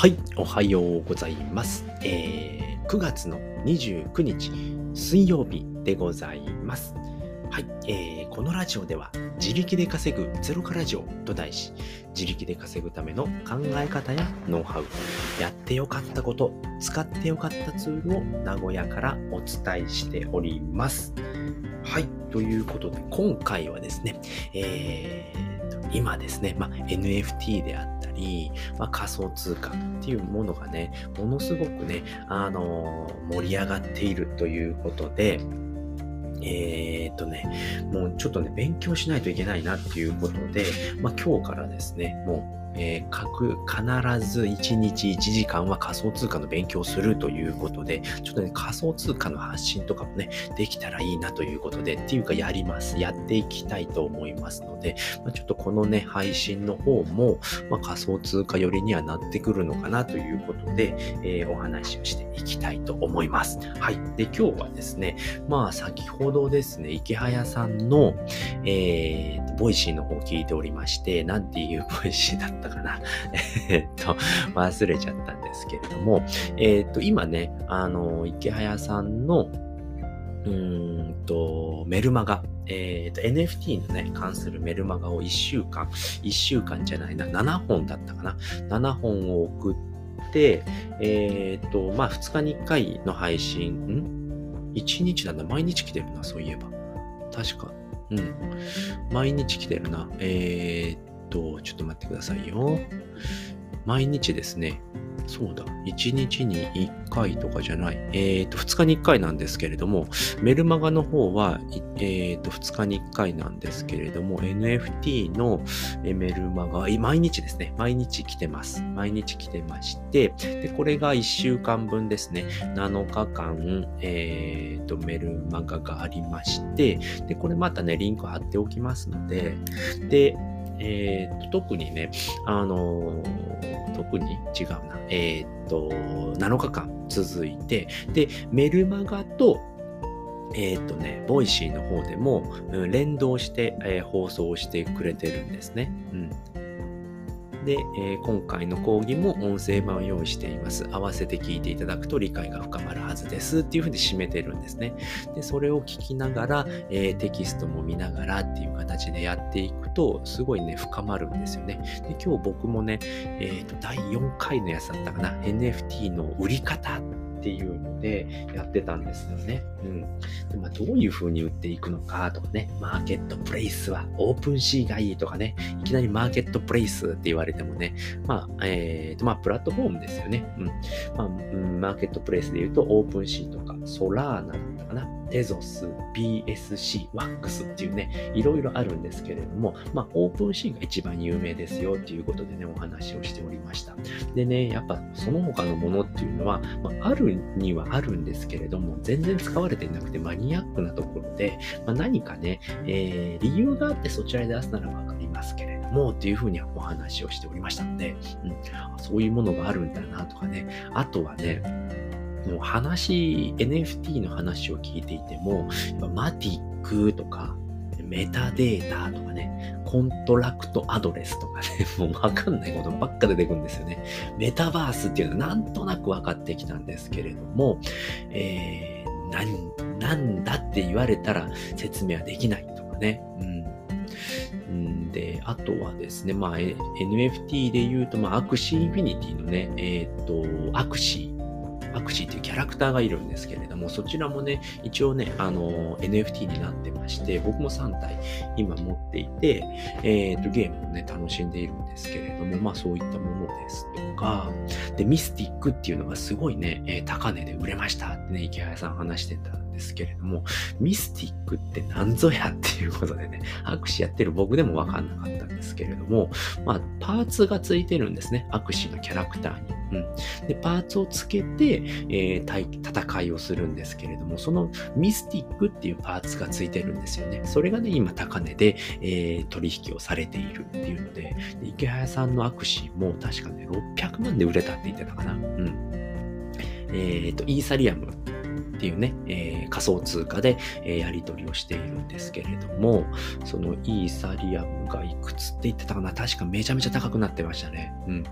はい、おはようございます。9月の29日水曜日でございます。はい、このラジオでは自力で稼ぐゼロからラジオと題し、自力で稼ぐための考え方やノウハウ、やってよかったこと、使ってよかったツールを名古屋からお伝えしております。はい、ということで今回はですね、今ですね、NFT であったり、仮想通貨っていうものがね、ものすごくね、盛り上がっているということで、もうちょっとね、勉強しないといけないなっていうことで、今日からですね、もう、必ず1日1時間は仮想通貨の勉強をするということで、ちょっとね、仮想通貨の発信とかもね、できたらいいなということで、っていうかやっていきたいと思いますので、ちょっとこのね、配信の方も、仮想通貨寄りにはなってくるのかなということで、お話をしていきたいと思います。はい。で、今日はですね、先ほどですね、池早さんの、ボイシーの方を聞いておりまして、なんていうボイシーだったかな忘れちゃったんですけれども、今ね、池早さんの、メルマガ、NFT のね、関するメルマガを1週間じゃないな、7本だったかな。7本を送って、2日に1回の配信、1日なんだ、毎日来てるな、そういえば。確か。毎日来てるな。ちょっと待ってくださいよ。毎日ですね。そうだ。1日に1回とかじゃない。2日に1回なんですけれども、メルマガの方は、2日に1回なんですけれども、NFT のメルマガ、毎日ですね。毎日来てます。毎日来てまして、で、これが1週間分ですね。7日間、メルマガがありまして、で、これまたね、リンク貼っておきますので、で、特にね、特に違うな。7日間続いて、で、メルマガと、ボイシーの方でも、連動して、放送してくれてるんですね。で、今回の講義も音声版を用意しています。合わせて聞いていただくと理解が深まるはずですっていうふうに締めてるんですね。で、それを聞きながら、テキストも見ながらっていう形でやっていくと、すごいね、深まるんですよね。で、今日僕もね、第4回のやつだったかな。NFT の売り方っていうのでやってたんですよね。で、どういう風に売っていくのかとかね、マーケットプレイスはオープンシーがいいとかね、いきなりマーケットプレイスって言われてもね、プラットフォームですよね。マーケットプレイスで言うとオープンシーとかソラーナだったかな、テゾス、BSC、ワックスっていうね、いろいろあるんですけれども、オープンシーが一番有名ですよっていうことでね、お話をしておりました。でね、やっぱその他のものっていうのは、あるにはあるんですけれども、全然使われていなくてマニアックなところで、何かね、理由があってそちらで出すならわかりますけれども、っていうふうにお話をしておりましたので、そういうものがあるんだなとかね、あとはね、もうNFT の話を聞いていても、マティックとか、メタデータとかね、コントラクトアドレスとかね、もうわかんないことばっか出てくるんですよね。メタバースっていうのはなんとなく分かってきたんですけれども、なんだって言われたら説明はできないとかね。で、あとはですね、NFT で言うと、アクシーインフィニティのね、アクシーっていうキャラクターがいるんですけれども、そちらもね、一応ね、NFT になってまして、僕も3体今持っていて、ゲームをね、楽しんでいるんですけれども、そういったものですとか、で、ミスティックっていうのがすごいね、高値で売れましたってね、池原さん話してたんですけれども、ミスティックって何ぞやっていうことでね、アクシやってる僕でもわかんなかったんですけれども、パーツがついてるんですね、アクシのキャラクターに。で、パーツをつけて、戦いをするんですけれども、そのミスティックっていうパーツがついてるんですよね。それがね、今高値で、取引をされているっていうので、池早さんのアクシーも確かね、600万で売れたって言ってたかな。イーサリアムっていうね、仮想通貨で、やり取りをしているんですけれども、そのイーサリアムがいくつって言ってたかな、確かめちゃめちゃ高くなってましたね。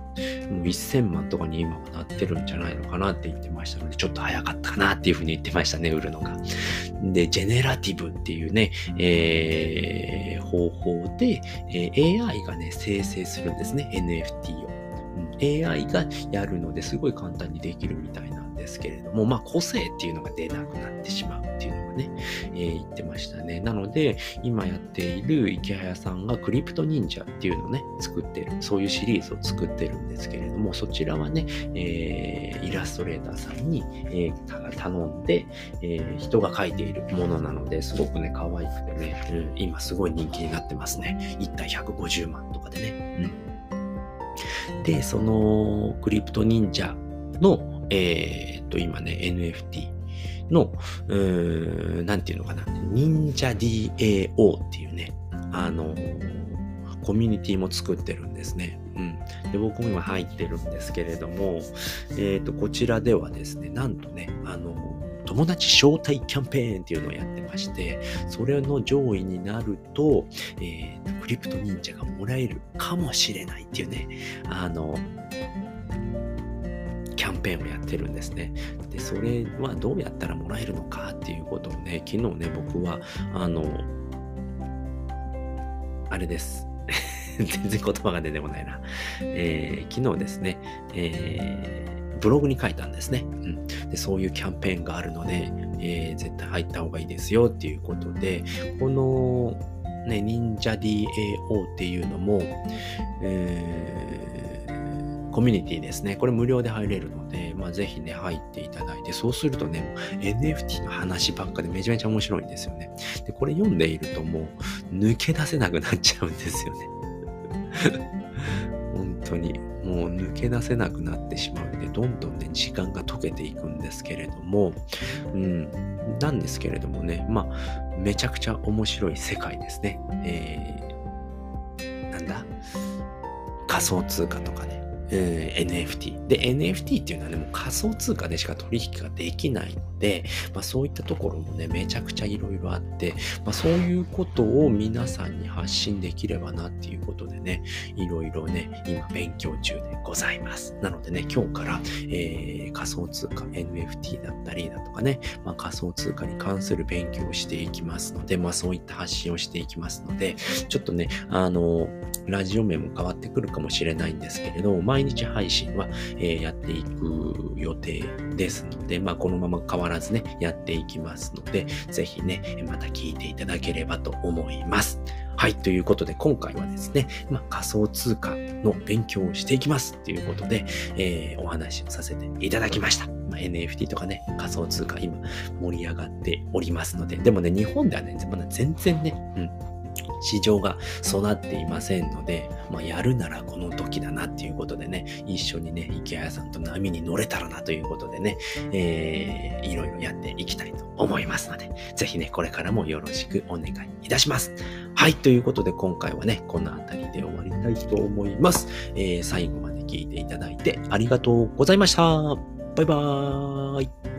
もう1000万とかに今はなってるんじゃないのかなって言ってましたので、ちょっと早かったかなっていうふうに言ってましたね、売るのが。で、ジェネラティブっていうね、方法で、AI がね、生成するんですね、NFT を。AI がやるのですごい簡単にできるみたいなんですけれども、個性っていうのが出なくなってしまうっていうのがね、言ってましたね。なので、今やっている池早さんがクリプト忍者っていうのをね、作ってる、そういうシリーズを作ってるんですけれども、そちらはね、イラストレーターさんに、頼んで、人が描いているものなので、すごくね、可愛くてね、今すごい人気になってますね。1体150万とかでね。で、そのクリプト忍者の、今ね、NFT の、なんていうのかな、忍者 DAO っていうね、コミュニティも作ってるんですね。で、僕も今入ってるんですけれども、こちらではですね、なんとね、友達招待キャンペーンっていうのをやってまして、それの上位になると、クリプト忍者がもらえるかもしれないっていうね、キャンペーンをやってるんですね。で、それはどうやったらもらえるのかっていうことをね、昨日ね、僕は、あれです。全然言葉が出てこないな。昨日ですね、ブログに書いたんですね。で、そういうキャンペーンがあるので、絶対入った方がいいですよっていうことで、この、ね、忍者 DAO っていうのも、コミュニティですね。これ無料で入れるので、ぜひね、入っていただいて、そうするとね、NFT の話ばっかでめちゃめちゃ面白いんですよね。で、これ読んでいるともう抜け出せなくなっちゃうんですよね。本当にもう抜け出せなくなってしまうので、どんどんね、時間が溶けていくんですけれども、なんですけれどもね、めちゃくちゃ面白い世界ですね。仮想通貨とかね。NFT。で、NFT っていうのはね、もう仮想通貨でしか取引ができないので、そういったところもね、めちゃくちゃいろいろあって、そういうことを皆さんに発信できればなっていうことでね、いろいろね、今勉強中でございます。なのでね、今日から、仮想通貨、NFT だったりだとかね、仮想通貨に関する勉強をしていきますので、そういった発信をしていきますので、ちょっとね、ラジオ名も変わってくるかもしれないんですけれど、毎日配信は、やっていく予定ですので、このまま変わらずね、やっていきますので、ぜひね、また聞いていただければと思います。はい、ということで今回はですね、仮想通貨の勉強をしていきますっていうことで、お話をさせていただきました。NFT とかね、仮想通貨今盛り上がっておりますので、でもね、日本ではね、まだ全然ね、市場が育っていませんので、やるならこの時だなっていうことでね、一緒にね、池谷さんと波に乗れたらなということでね、いろいろやっていきたいと思いますので、ぜひね、これからもよろしくお願いいたします。はい、ということで今回はね、このあたりで終わりたいと思います。最後まで聞いていただいてありがとうございました。バイバーイ。